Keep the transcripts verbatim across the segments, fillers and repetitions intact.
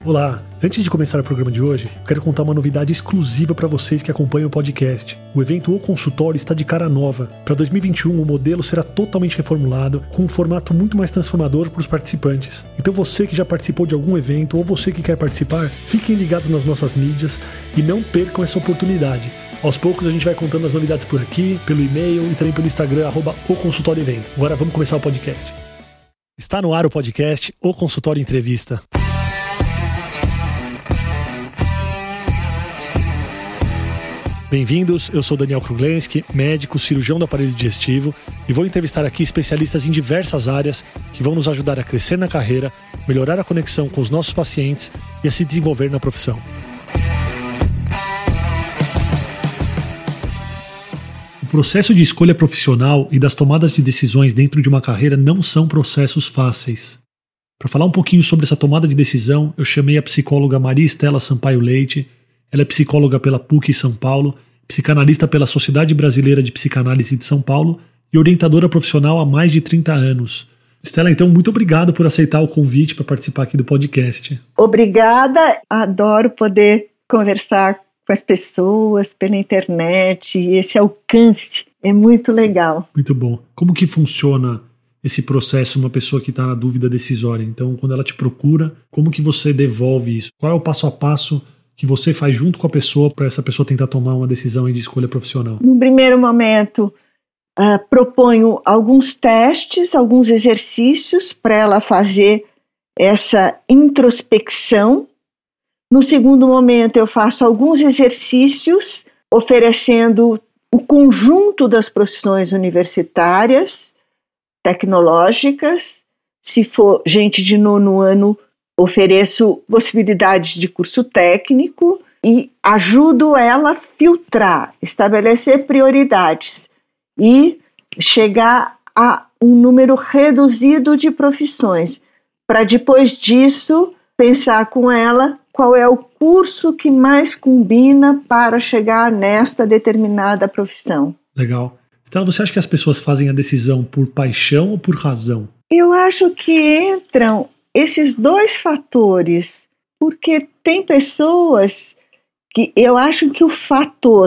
Olá, antes de começar o programa de hoje, eu quero contar uma novidade exclusiva para vocês que acompanham o podcast. O evento O Consultório está de cara nova. Para dois mil e vinte e um, o modelo será totalmente reformulado, com um formato muito mais transformador para os participantes. Então você que já participou de algum evento ou você que quer participar, fiquem ligados nas nossas mídias e não percam essa oportunidade. Aos poucos a gente vai contando as novidades por aqui, pelo e-mail e também pelo Instagram, arroba O Consultório Evento. Agora vamos começar o podcast. Está no ar o podcast O Consultório Entrevista. Bem-vindos, eu sou Daniel Kruglenski, médico, cirurgião do aparelho digestivo e vou entrevistar aqui especialistas em diversas áreas que vão nos ajudar a crescer na carreira, melhorar a conexão com os nossos pacientes e a se desenvolver na profissão. O processo de escolha profissional e das tomadas de decisões dentro de uma carreira não são processos fáceis. Para falar um pouquinho sobre essa tomada de decisão, eu chamei a psicóloga Maria Estela Sampaio Leite. Ela é psicóloga pela P U C São Paulo, psicanalista pela Sociedade Brasileira de Psicanálise de São Paulo e orientadora profissional há mais de trinta anos. Estela, então, muito obrigado por aceitar o convite para participar aqui do podcast. Obrigada, adoro poder conversar com as pessoas pela internet, esse alcance é muito legal. Muito bom. Como que funciona esse processo, uma pessoa que está na dúvida decisória? Então, quando ela te procura, como que você devolve isso? Qual é o passo a passo que você faz junto com a pessoa para essa pessoa tentar tomar uma decisão de escolha profissional? No primeiro momento, uh, proponho alguns testes, alguns exercícios para ela fazer essa introspecção. No segundo momento, eu faço alguns exercícios oferecendo o conjunto das profissões universitárias, tecnológicas. Se for gente de nono ano, ofereço possibilidades de curso técnico e ajudo ela a filtrar, estabelecer prioridades e chegar a um número reduzido de profissões, para depois disso pensar com ela qual é o curso que mais combina para chegar nesta determinada profissão. Legal. Estela, você acha que as pessoas fazem a decisão por paixão ou por razão? Eu acho que entram esses dois fatores, porque tem pessoas que eu acho que o fator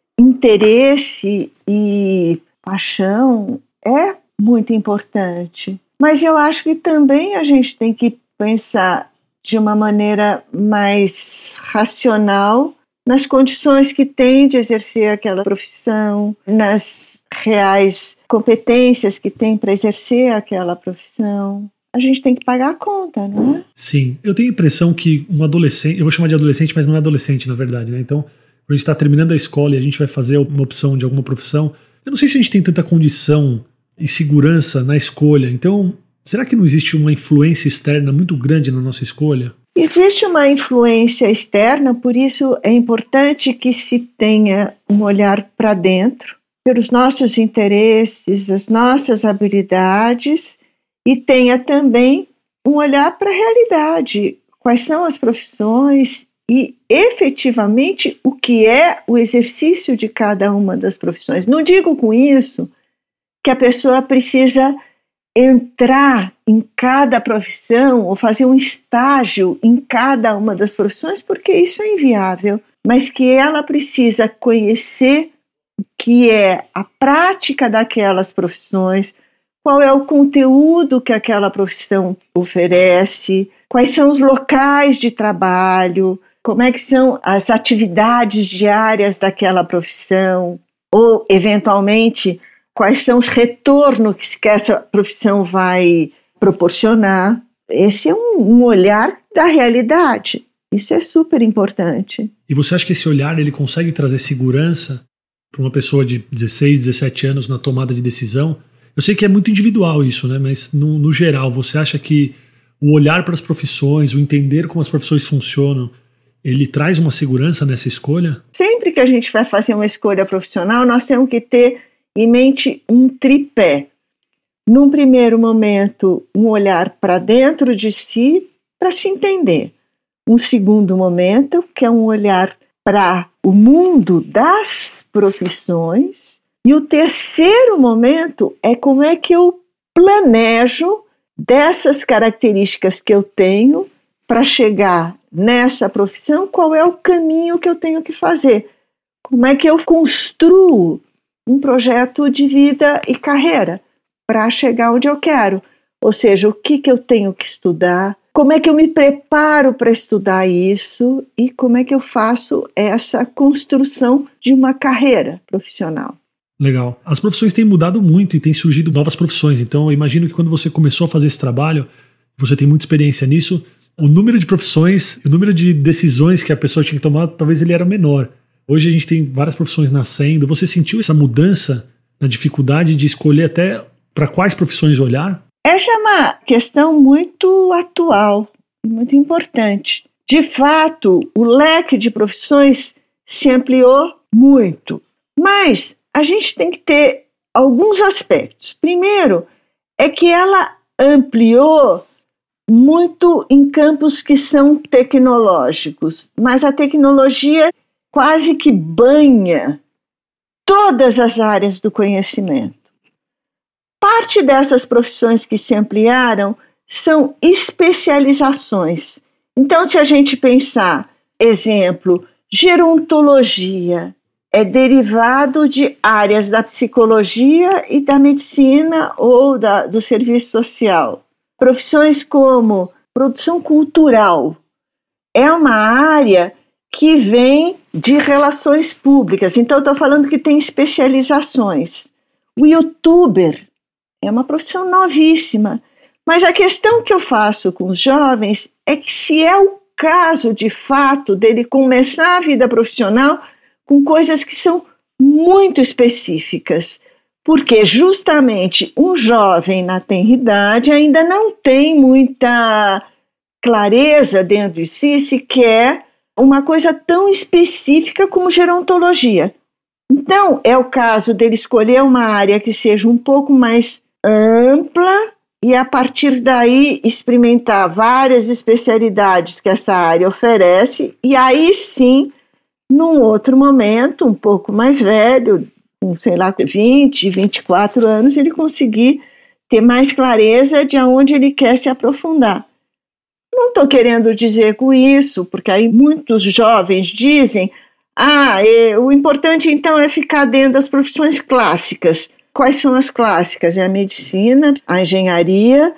interesse e paixão é muito importante, mas eu acho que também a gente tem que pensar de uma maneira mais racional nas condições que tem de exercer aquela profissão, nas reais competências que tem para exercer aquela profissão. A gente tem que pagar a conta, não é? Sim, eu tenho a impressão que um adolescente, eu vou chamar de adolescente, mas não é adolescente na verdade, né? Então, quando a gente está terminando a escola e a gente vai fazer uma opção de alguma profissão, eu não sei se a gente tem tanta condição e segurança na escolha. Então, será que não existe uma influência externa muito grande na nossa escolha? Existe uma influência externa, por isso é importante que se tenha um olhar para dentro, pelos nossos interesses, as nossas habilidades, e tenha também um olhar para a realidade, quais são as profissões e efetivamente o que é o exercício de cada uma das profissões. Não digo com isso que a pessoa precisa entrar em cada profissão ou fazer um estágio em cada uma das profissões, porque isso é inviável, mas que ela precisa conhecer o que é a prática daquelas profissões, qual é o conteúdo que aquela profissão oferece, quais são os locais de trabalho, como é que são as atividades diárias daquela profissão, ou, eventualmente, quais são os retornos que essa profissão vai proporcionar. Esse é um, um olhar da realidade. Isso é super importante. E você acha que esse olhar ele consegue trazer segurança para uma pessoa de dezesseis, dezessete anos na tomada de decisão? Eu sei que é muito individual isso, né? Mas no, no geral, você acha que o olhar para as profissões, o entender como as profissões funcionam, ele traz uma segurança nessa escolha? Sempre que a gente vai fazer uma escolha profissional, nós temos que ter em mente um tripé. Num primeiro momento, um olhar para dentro de si, para se entender. Um segundo momento, que é um olhar para o mundo das profissões. E o terceiro momento é como é que eu planejo dessas características que eu tenho para chegar nessa profissão, qual é o caminho que eu tenho que fazer? Como é que eu construo um projeto de vida e carreira para chegar onde eu quero? Ou seja, o que, que eu tenho que estudar? Como é que eu me preparo para estudar isso? E como é que eu faço essa construção de uma carreira profissional? Legal. As profissões têm mudado muito e têm surgido novas profissões. Então, eu imagino que quando você começou a fazer esse trabalho, você tem muita experiência nisso, o número de profissões, o número de decisões que a pessoa tinha que tomar, talvez ele era menor. Hoje a gente tem várias profissões nascendo. Você sentiu essa mudança na dificuldade de escolher até para quais profissões olhar? Essa é uma questão muito atual e muito importante. De fato, o leque de profissões se ampliou muito, mas a gente tem que ter alguns aspectos. Primeiro, é que ela ampliou muito em campos que são tecnológicos, mas a tecnologia quase que banha todas as áreas do conhecimento. Parte dessas profissões que se ampliaram são especializações. Então, se a gente pensar, exemplo, gerontologia, é derivado de áreas da psicologia e da medicina ou da, do serviço social. Profissões como produção cultural é uma área que vem de relações públicas. Então, eu estou falando que tem especializações. O youtuber é uma profissão novíssima. Mas a questão que eu faço com os jovens é que se é o caso, de fato, dele começar a vida profissional com coisas que são muito específicas, porque justamente um jovem na tenridade ainda não tem muita clareza dentro de si se quer uma coisa tão específica como gerontologia. Então, é o caso dele escolher uma área que seja um pouco mais ampla e, a partir daí, experimentar várias especialidades que essa área oferece e aí sim, num outro momento, um pouco mais velho, com, sei lá, vinte, vinte e quatro anos, ele conseguir ter mais clareza de aonde ele quer se aprofundar. Não estou querendo dizer com isso, porque aí muitos jovens dizem, ah, é, o importante então é ficar dentro das profissões clássicas. Quais são as clássicas? É a medicina, a engenharia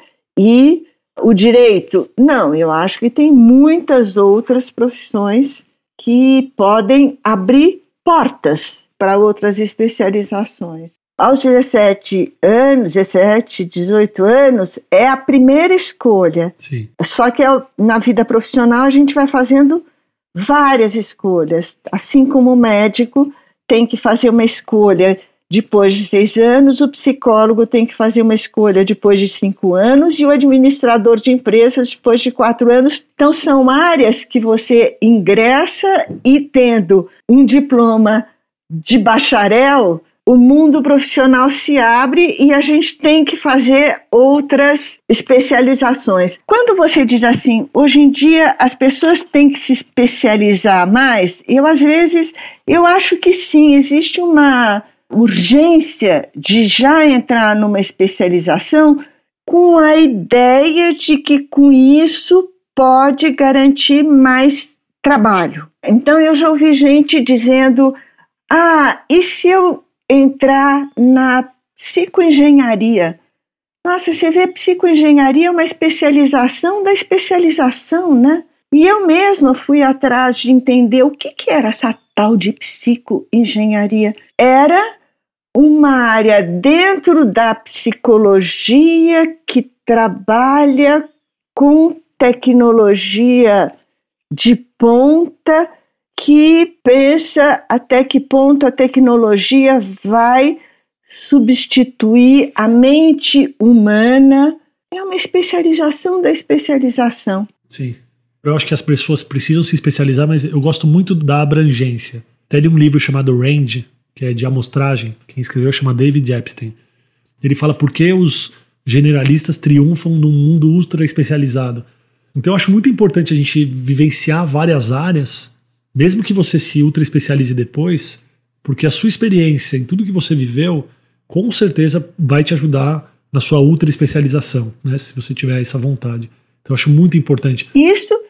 e o direito. Não, eu acho que tem muitas outras profissões que podem abrir portas para outras especializações. Aos dezessete anos, dezessete, dezoito anos, é a primeira escolha. Sim. Só que na vida profissional a gente vai fazendo várias escolhas. Assim como o médico tem que fazer uma escolha depois de seis anos, o psicólogo tem que fazer uma escolha depois de cinco anos e o administrador de empresas depois de quatro anos. Então, são áreas que você ingressa e, tendo um diploma de bacharel, o mundo profissional se abre e a gente tem que fazer outras especializações. Quando você diz assim, hoje em dia as pessoas têm que se especializar mais, eu às vezes, eu acho que sim, existe uma urgência de já entrar numa especialização com a ideia de que com isso pode garantir mais trabalho. Então eu já ouvi gente dizendo, ah, e se eu entrar na psicoengenharia? Nossa, você vê, psicoengenharia é uma especialização da especialização, né? E eu mesma fui atrás de entender o que, que era essa tal de psicoengenharia. Era uma área dentro da psicologia que trabalha com tecnologia de ponta, que pensa até que ponto a tecnologia vai substituir a mente humana. É uma especialização da especialização. Sim. Eu acho que as pessoas precisam se especializar, mas eu gosto muito da abrangência. Até li um livro chamado Range, que é de amostragem, quem escreveu chama David Epstein. Ele fala por que os generalistas triunfam num mundo ultra especializado. Então eu acho muito importante a gente vivenciar várias áreas, mesmo que você se ultra especialize depois, porque a sua experiência em tudo que você viveu, com certeza vai te ajudar na sua ultra especialização, né, se você tiver essa vontade. Então eu acho muito importante. Isso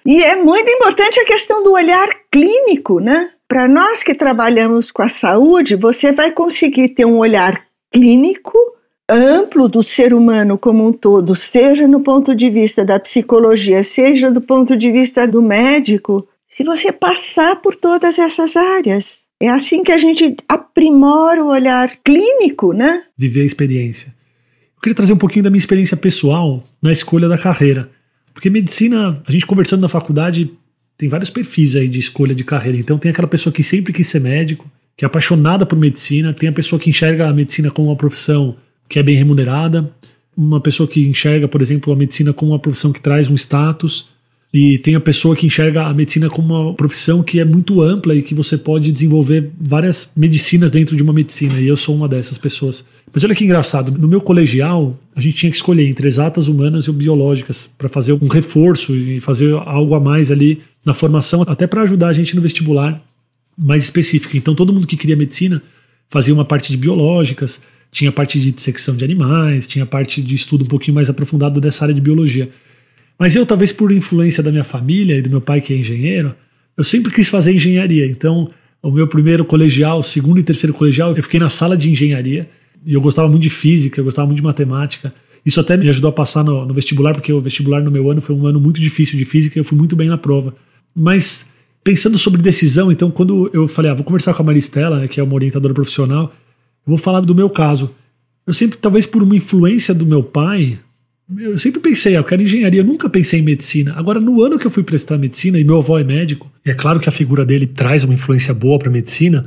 E é muito importante a questão do olhar clínico, né? Para nós que trabalhamos com a saúde, você vai conseguir ter um olhar clínico amplo do ser humano como um todo, seja no ponto de vista da psicologia, seja do ponto de vista do médico, se você passar por todas essas áreas. É assim que a gente aprimora o olhar clínico, né? Viver a experiência. Eu queria trazer um pouquinho da minha experiência pessoal na escolha da carreira. Porque medicina, a gente conversando na faculdade, tem vários perfis aí de escolha de carreira. Então tem aquela pessoa que sempre quis ser médico, que é apaixonada por medicina, tem a pessoa que enxerga a medicina como uma profissão que é bem remunerada, uma pessoa que enxerga, por exemplo, a medicina como uma profissão que traz um status, e tem a pessoa que enxerga a medicina como uma profissão que é muito ampla e que você pode desenvolver várias medicinas dentro de uma medicina, e eu sou uma dessas pessoas. Mas olha que engraçado, no meu colegial a gente tinha que escolher entre exatas, humanas e biológicas para fazer um reforço e fazer algo a mais ali na formação, até para ajudar a gente no vestibular mais específico. Então todo mundo que queria medicina fazia uma parte de biológicas, tinha a parte de dissecção de animais, tinha a parte de estudo um pouquinho mais aprofundado dessa área de biologia. Mas eu, talvez por influência da minha família e do meu pai que é engenheiro, eu sempre quis fazer engenharia. Então o meu primeiro colegial, segundo e terceiro colegial, eu fiquei na sala de engenharia. E eu gostava muito de física, eu gostava muito de matemática. Isso até me ajudou a passar no, no vestibular, porque o vestibular no meu ano foi um ano muito difícil de física e eu fui muito bem na prova. Mas pensando sobre decisão, então quando eu falei, ah, vou conversar com a Maristela, né, que é uma orientadora profissional, eu vou falar do meu caso. Eu sempre, talvez por uma influência do meu pai, eu sempre pensei, ah, eu quero engenharia, eu nunca pensei em medicina. Agora, no ano que eu fui prestar medicina, e meu avô é médico, e é claro que a figura dele traz uma influência boa para medicina,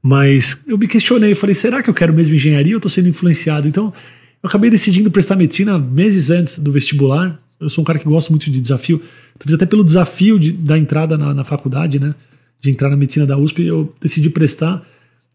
mas eu me questionei, eu falei, será que eu quero mesmo engenharia ou estou sendo influenciado? Então, eu acabei decidindo prestar medicina meses antes do vestibular. Eu sou um cara que gosta muito de desafio, talvez até pelo desafio de, da entrada na, na faculdade, né? De entrar na medicina da U S P, eu decidi prestar.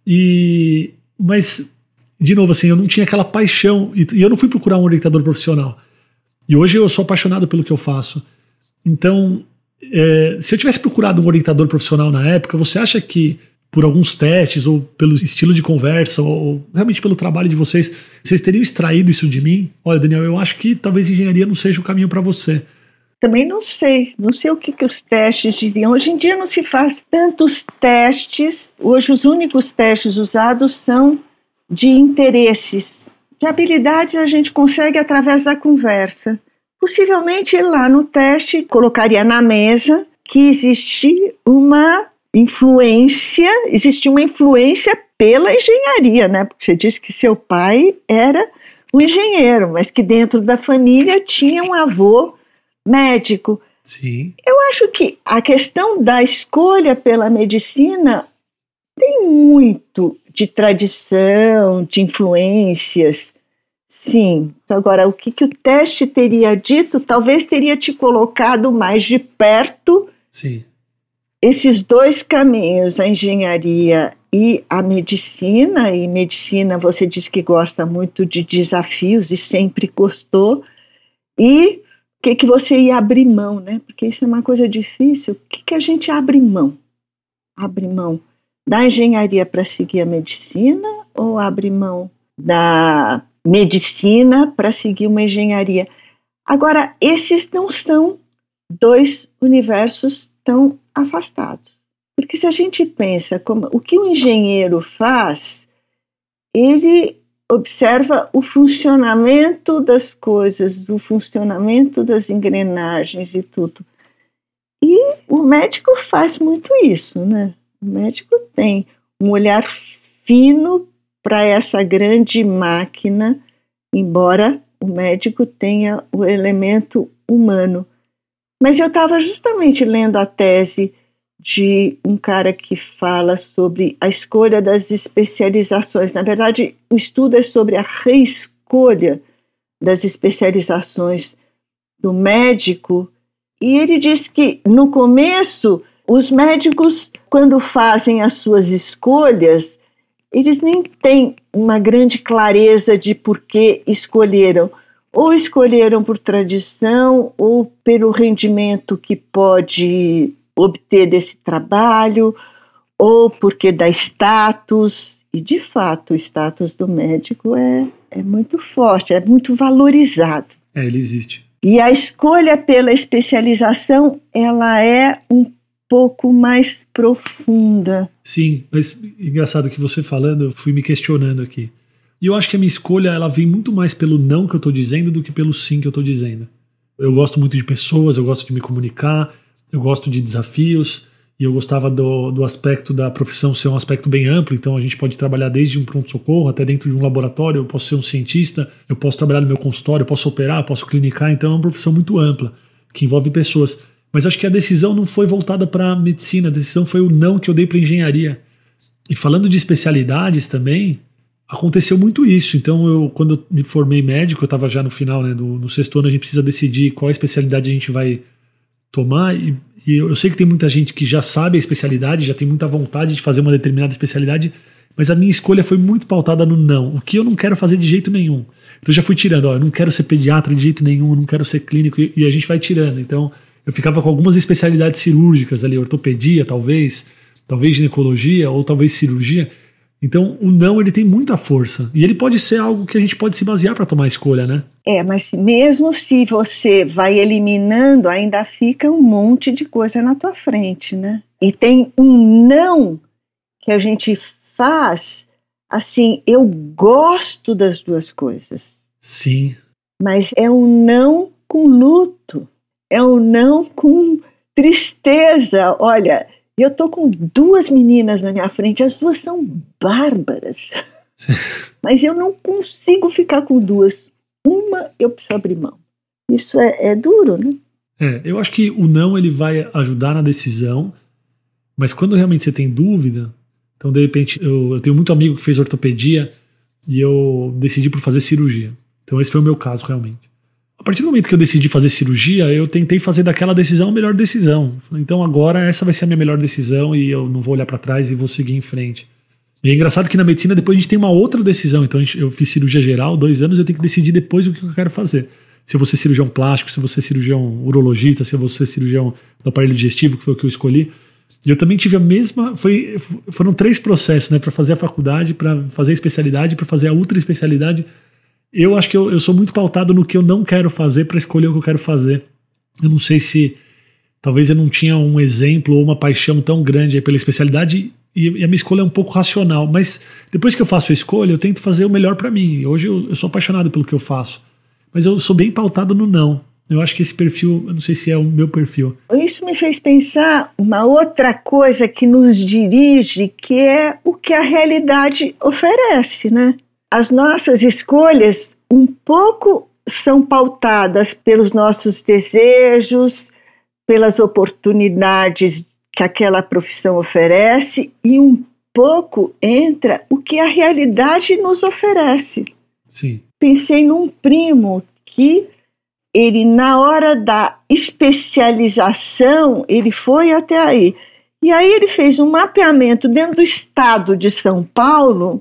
E, mas, de novo, assim, eu não tinha aquela paixão, e, e eu não fui procurar um orientador profissional. E hoje eu sou apaixonado pelo que eu faço. Então, é, se eu tivesse procurado um orientador profissional na época, você acha que por alguns testes, ou pelo estilo de conversa, ou realmente pelo trabalho de vocês, vocês teriam extraído isso de mim? Olha, Daniel, eu acho que talvez engenharia não seja o caminho para você. Também não sei, não sei o que, que os testes diriam. Hoje em dia não se faz tantos testes, hoje os únicos testes usados são de interesses. De habilidades a gente consegue através da conversa. Possivelmente lá no teste colocaria na mesa que existe uma influência, existia uma influência pela engenharia, né? Porque você disse que seu pai era um engenheiro, mas que dentro da família tinha um avô médico. Sim. Eu acho que a questão da escolha pela medicina tem muito de tradição, de influências, sim. Agora, o que, que o teste teria dito, talvez teria te colocado mais de perto. Sim. Esses dois caminhos, a engenharia e a medicina, e medicina você diz que gosta muito de desafios e sempre gostou, e o que, que você ia abrir mão, né? Porque isso é uma coisa difícil. O que, que a gente abre mão? Abre mão da engenharia para seguir a medicina ou abre mão da medicina para seguir uma engenharia? Agora, esses não são dois universos tão afastados. Porque se a gente pensa como o que o engenheiro faz, ele observa o funcionamento das coisas, o funcionamento das engrenagens e tudo. E o médico faz muito isso, né? O médico tem um olhar fino para essa grande máquina, embora o médico tenha o elemento humano. Mas eu estava justamente lendo a tese de um cara que fala sobre a escolha das especializações. Na verdade, o estudo é sobre a reescolha das especializações do médico. E ele diz que, no começo, os médicos, quando fazem as suas escolhas, eles nem têm uma grande clareza de por que escolheram. Ou escolheram por tradição, ou pelo rendimento que pode obter desse trabalho, ou porque dá status. E, de fato, o status do médico é, é muito forte, é muito valorizado. É, ele existe. E a escolha pela especialização, ela é um pouco mais profunda. Sim, mas engraçado que você falando, eu fui me questionando aqui. E eu acho que a minha escolha, ela vem muito mais pelo não que eu estou dizendo do que pelo sim que eu estou dizendo. Eu gosto muito de pessoas, eu gosto de me comunicar, eu gosto de desafios, e eu gostava do, do aspecto da profissão ser um aspecto bem amplo, então a gente pode trabalhar desde um pronto-socorro até dentro de um laboratório, eu posso ser um cientista, eu posso trabalhar no meu consultório, eu posso operar, eu posso clinicar, então é uma profissão muito ampla, que envolve pessoas. Mas acho que a decisão não foi voltada para a medicina, a decisão foi o não que eu dei para engenharia. E falando de especialidades também, aconteceu muito isso. Então, eu, quando eu me formei médico, eu estava já no final, né, no, no sexto ano, a gente precisa decidir qual especialidade a gente vai tomar. E, e eu sei que tem muita gente que já sabe a especialidade, já tem muita vontade de fazer uma determinada especialidade, mas a minha escolha foi muito pautada no não. O que eu não quero fazer de jeito nenhum. Então, eu já fui tirando. Ó, eu não quero ser pediatra de jeito nenhum, eu não quero ser clínico, e, e a gente vai tirando. Então, eu ficava com algumas especialidades cirúrgicas ali, ortopedia, talvez, talvez ginecologia ou talvez cirurgia. Então, o não, ele tem muita força. E ele pode ser algo que a gente pode se basear para tomar a escolha, né? É, mas mesmo se você vai eliminando, ainda fica um monte de coisa na tua frente, né? E tem um não que a gente faz, assim, eu gosto das duas coisas. Sim. Mas é um não com luto. É um não com tristeza. Olha, eu tô com duas meninas na minha frente, as duas são bárbaras. Mas eu não consigo ficar com duas. Uma eu preciso abrir mão. Isso é, é duro, né? É, eu acho que o não, ele vai ajudar na decisão, mas quando realmente você tem dúvida, então de repente, eu, eu tenho muito amigo que fez ortopedia e eu decidi por fazer cirurgia. Então esse foi o meu caso realmente. A partir do momento que eu decidi fazer cirurgia, eu tentei fazer daquela decisão a melhor decisão. Então agora essa vai ser a minha melhor decisão e eu não vou olhar para trás e vou seguir em frente. E é engraçado que na medicina depois a gente tem uma outra decisão. Então eu fiz cirurgia geral, dois anos, eu tenho que decidir depois o que eu quero fazer. Se eu vou ser cirurgião plástico, se eu vou ser cirurgião urologista, se eu vou ser cirurgião do aparelho digestivo, que foi o que eu escolhi. E eu também tive a mesma... Foi, foram três processos, né? Para fazer a faculdade, para fazer a especialidade, para fazer a ultra especialidade. Eu acho que eu, eu sou muito pautado no que eu não quero fazer para escolher o que eu quero fazer. Eu não sei se talvez eu não tinha um exemplo ou uma paixão tão grande aí pela especialidade e, e a minha escolha é um pouco racional, mas depois que eu faço a escolha eu tento fazer o melhor para mim. Hoje eu, eu sou apaixonado pelo que eu faço, mas eu sou bem pautado no não. Eu acho que esse perfil, eu não sei se é o meu perfil. Isso me fez pensar uma outra coisa que nos dirige, que é o que a realidade oferece, né? As nossas escolhas um pouco são pautadas pelos nossos desejos, pelas oportunidades que aquela profissão oferece e um pouco entra o que a realidade nos oferece. Sim. Pensei num primo que ele, na hora da especialização, ele foi até aí. E aí ele fez um mapeamento dentro do estado de São Paulo,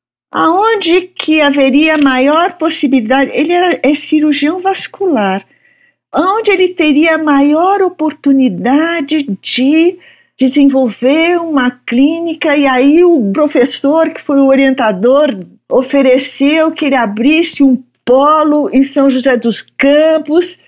aonde que haveria maior possibilidade, ele era, é cirurgião vascular, onde ele teria maior oportunidade de desenvolver uma clínica, e aí o professor, que foi o orientador, ofereceu que ele abrisse um polo em São José dos Campos.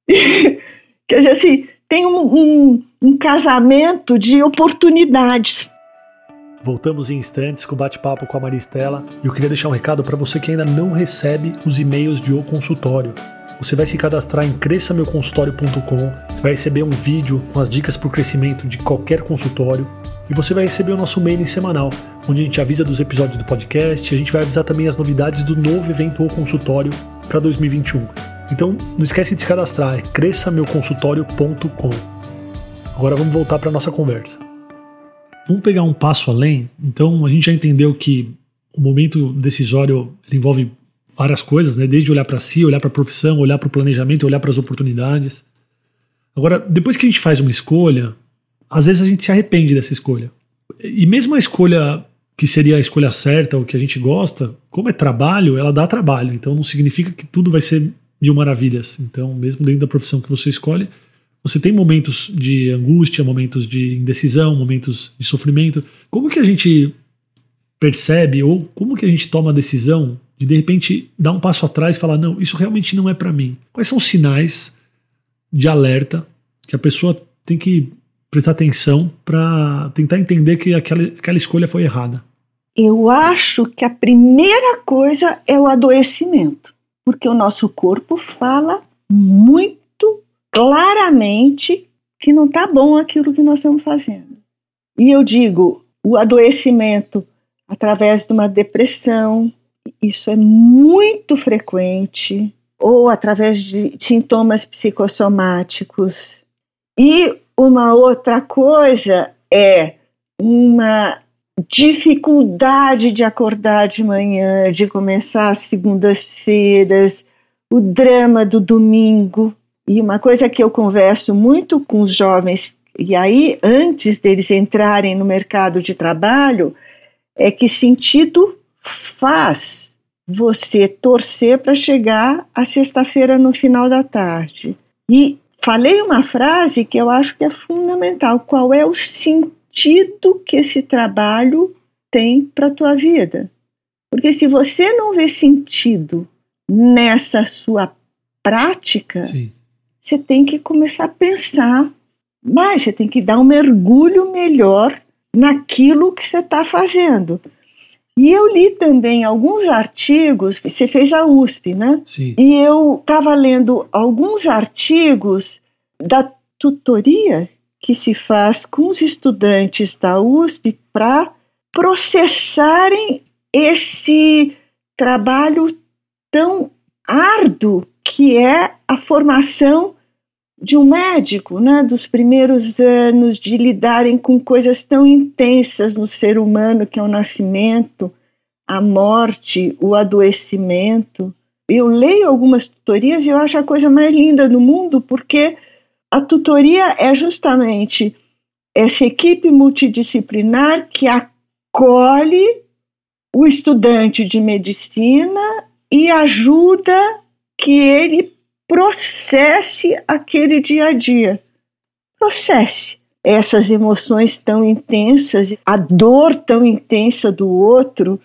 Quer dizer assim, tem um, um, um casamento de oportunidades. Voltamos em instantes com o bate-papo com a Maristela e eu queria deixar um recado para você que ainda não recebe os e-mails de O Consultório. Você vai se cadastrar em cresça meu consultório ponto com, você vai receber um vídeo com as dicas para o crescimento de qualquer consultório e você vai receber o nosso mailing semanal, onde a gente avisa dos episódios do podcast e a gente vai avisar também as novidades do novo evento O Consultório para dois mil e vinte e um. Então não esquece de se cadastrar, é cresça meu consultório ponto com. Agora vamos voltar para a nossa conversa. Vamos pegar um passo além. Então a gente já entendeu que o momento decisório ele envolve várias coisas, né? Desde olhar para si, olhar para a profissão, olhar para o planejamento, olhar para as oportunidades. Agora, depois que a gente faz uma escolha, às vezes a gente se arrepende dessa escolha. E mesmo a escolha que seria a escolha certa, ou que a gente gosta, como é trabalho, ela dá trabalho. Então não significa que tudo vai ser mil maravilhas. Então, mesmo dentro da profissão que você escolhe, você tem momentos de angústia, momentos de indecisão, momentos de sofrimento. Como que a gente percebe ou como que a gente toma a decisão de de repente dar um passo atrás e falar, não, isso realmente não é para mim? Quais são os sinais de alerta que a pessoa tem que prestar atenção para tentar entender que aquela, aquela escolha foi errada? Eu acho que a primeira coisa é o adoecimento, porque o nosso corpo fala muito claramente que não está bom aquilo que nós estamos fazendo. E eu digo, o adoecimento através de uma depressão, isso é muito frequente, ou através de sintomas psicossomáticos. E uma outra coisa é uma dificuldade de acordar de manhã, de começar as segundas-feiras, o drama do domingo. E uma coisa que eu converso muito com os jovens, e aí antes deles entrarem no mercado de trabalho, é que sentido faz você torcer para chegar à sexta-feira no final da tarde. E falei uma frase que eu acho que é fundamental. Qual é o sentido que esse trabalho tem para a tua vida? Porque se você não vê sentido nessa sua prática, sim, você tem que começar a pensar mais, você tem que dar um mergulho melhor naquilo que você está fazendo. E eu li também alguns artigos, você fez a U S P, né? Sim. E eu estava lendo alguns artigos da tutoria que se faz com os estudantes da U S P para processarem esse trabalho tão árduo que é a formação de um médico, né? Dos primeiros anos, de lidarem com coisas tão intensas no ser humano, que é o nascimento, a morte, o adoecimento. Eu leio algumas tutorias e eu acho a coisa mais linda do mundo, porque a tutoria é justamente essa equipe multidisciplinar que acolhe o estudante de medicina e ajuda que ele processe aquele dia a dia. Processe essas emoções tão intensas, a dor tão intensa do outro.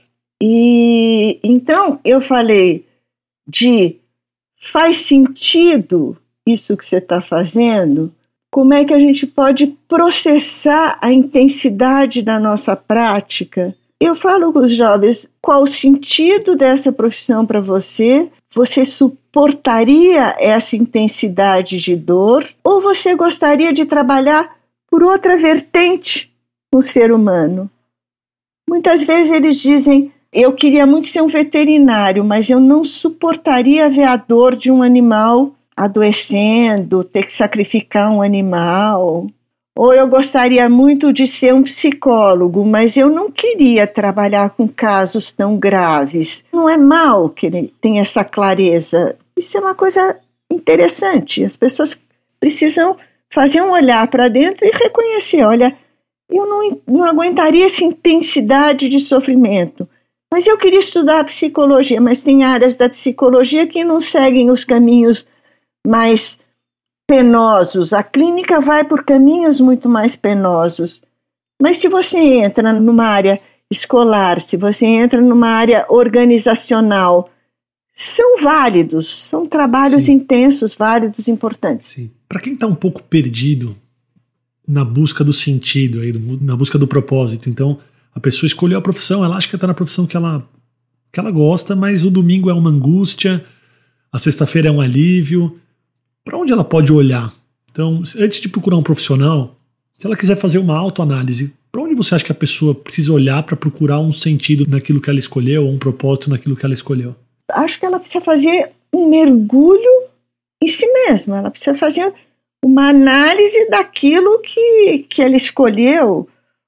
E então eu falei de faz sentido isso que você está fazendo? Como é que a gente pode processar a intensidade da nossa prática? Eu falo com os jovens, qual o sentido dessa profissão para você? Você suportaria essa intensidade de dor? Ou você gostaria de trabalhar por outra vertente no ser humano? Muitas vezes eles dizem, eu queria muito ser um veterinário, mas eu não suportaria ver a dor de um animal adoecendo, ter que sacrificar um animal. Ou eu gostaria muito de ser um psicólogo, mas eu não queria trabalhar com casos tão graves. Não é mal que ele tenha essa clareza. Isso é uma coisa interessante. As pessoas precisam fazer um olhar para dentro e reconhecer, olha, eu não, não aguentaria essa intensidade de sofrimento. Mas eu queria estudar psicologia, mas tem áreas da psicologia que não seguem os caminhos mais penosos. A clínica vai por caminhos muito mais penosos. Mas se você entra numa área escolar, se você entra numa área organizacional, são válidos, são trabalhos Sim. intensos, válidos, importantes. Sim. Para quem está um pouco perdido na busca do sentido, aí, na busca do propósito, então a pessoa escolheu a profissão, ela acha que está na profissão que ela, que ela gosta, mas o domingo é uma angústia, a sexta-feira é um alívio. Para onde ela pode olhar? Então, antes de procurar um profissional, se ela quiser fazer uma autoanálise, para onde você acha que a pessoa precisa olhar para procurar um sentido naquilo que ela escolheu, ou um propósito naquilo que ela escolheu? Acho que ela precisa fazer um mergulho em si mesma, ela precisa fazer uma análise daquilo que, que ela escolheu,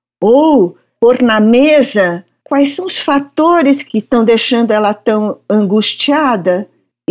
ou pôr na mesa quais são os fatores que estão deixando ela tão angustiada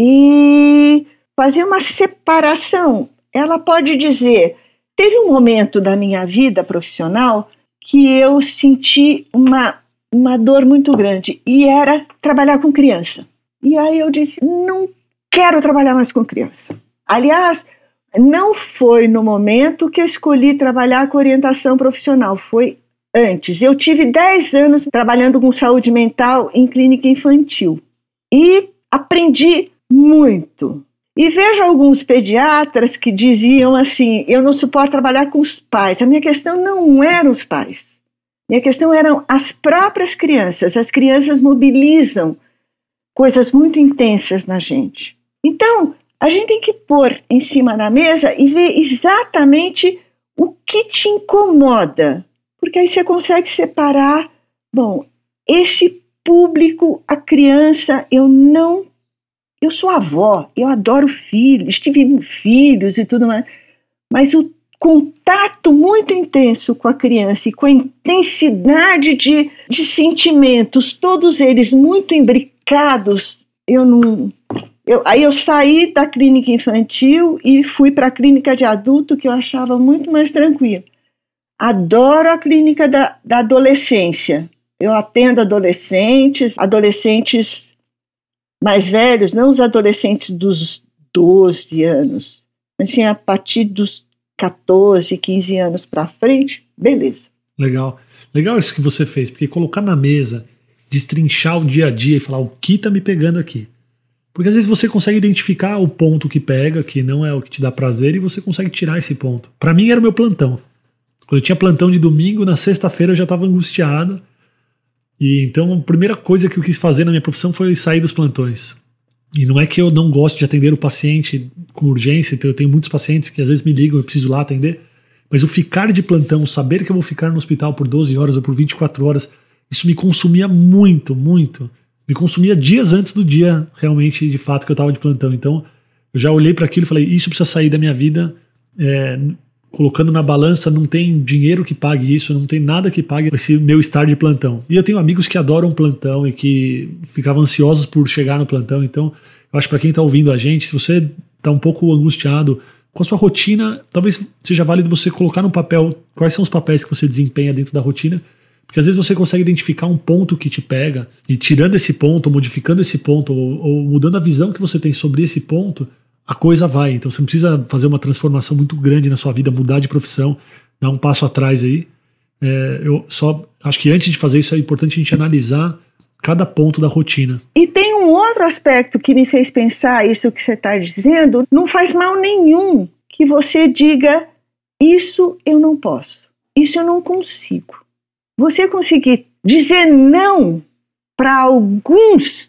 e fazer uma separação. Ela pode dizer, teve um momento da minha vida profissional que eu senti uma, uma dor muito grande e era trabalhar com criança. E aí eu disse, não quero trabalhar mais com criança. Aliás, não foi no momento que eu escolhi trabalhar com orientação profissional, foi antes. Eu tive dez anos trabalhando com saúde mental em clínica infantil. E aprendi muito. E vejo alguns pediatras que diziam assim, eu não suporto trabalhar com os pais. A minha questão não eram os pais. Minha questão eram as próprias crianças. As crianças mobilizam coisas muito intensas na gente. Então, a gente tem que pôr em cima da mesa e ver exatamente o que te incomoda. Porque aí você consegue separar, bom, esse público, a criança, eu não... Eu sou avó, eu adoro filhos, tive filhos e tudo mais, mas o contato muito intenso com a criança e com a intensidade de, de sentimentos, todos eles muito imbricados, eu não... Eu, aí eu saí da clínica infantil e fui para a clínica de adulto, que eu achava muito mais tranquilo. Adoro a clínica da, da adolescência. Eu atendo adolescentes, adolescentes... mais velhos, não os adolescentes dos doze anos, assim, a partir dos catorze, quinze anos para frente, beleza. Legal. Legal isso que você fez, porque colocar na mesa, destrinchar o dia a dia e falar o que tá me pegando aqui. Porque às vezes você consegue identificar o ponto que pega, que não é o que te dá prazer, e você consegue tirar esse ponto. Para mim era o meu plantão. Quando eu tinha plantão de domingo, na sexta-feira eu já estava angustiado. E então a primeira coisa que eu quis fazer na minha profissão foi sair dos plantões. E não é que eu não gosto de atender o paciente com urgência, então eu tenho muitos pacientes que às vezes me ligam, eu preciso lá atender, mas o ficar de plantão, saber que eu vou ficar no hospital por doze horas ou por vinte e quatro horas, isso me consumia muito, muito. Me consumia dias antes do dia realmente, de fato, que eu estava de plantão. Então eu já olhei para aquilo e falei, isso precisa sair da minha vida, é, colocando na balança, não tem dinheiro que pague isso, não tem nada que pague esse meu estar de plantão. E eu tenho amigos que adoram plantão e que ficavam ansiosos por chegar no plantão. Então, eu acho que para quem está ouvindo a gente, se você está um pouco angustiado com a sua rotina, talvez seja válido você colocar no papel quais são os papéis que você desempenha dentro da rotina, porque às vezes você consegue identificar um ponto que te pega e tirando esse ponto, modificando esse ponto ou, ou mudando a visão que você tem sobre esse ponto, a coisa vai. Então você não precisa fazer uma transformação muito grande na sua vida, mudar de profissão, dar um passo atrás aí. É, eu só acho que antes de fazer isso é importante a gente analisar cada ponto da rotina. E tem um outro aspecto que me fez pensar isso que você está dizendo. Não faz mal nenhum que você diga, isso eu não posso, isso eu não consigo. Você conseguir dizer não para alguns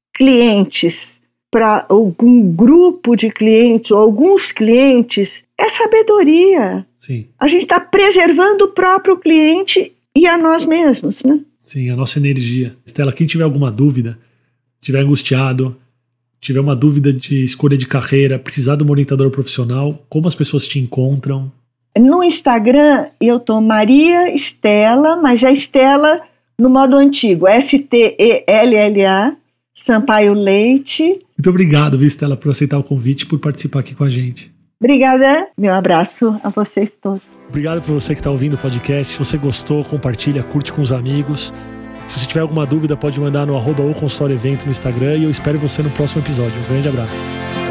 clientes, para algum grupo de clientes ou alguns clientes, é sabedoria. Sim. A gente está preservando o próprio cliente e a nós mesmos, né? Sim, a nossa energia. Estela, quem tiver alguma dúvida, tiver angustiado, tiver uma dúvida de escolha de carreira, precisar de uma orientadora profissional, como as pessoas te encontram? No Instagram eu tô Maria Estela, mas é Estela no modo antigo, S T E L L A, Sampaio Leite. Muito obrigado, viu, Estela, por aceitar o convite e por participar aqui com a gente. Obrigada, meu abraço a vocês todos. Obrigado por você que está ouvindo o podcast. Se você gostou, compartilha, curte com os amigos. Se você tiver alguma dúvida, pode mandar no arroba o consultório evento no Instagram e eu espero você no próximo episódio. Um grande abraço.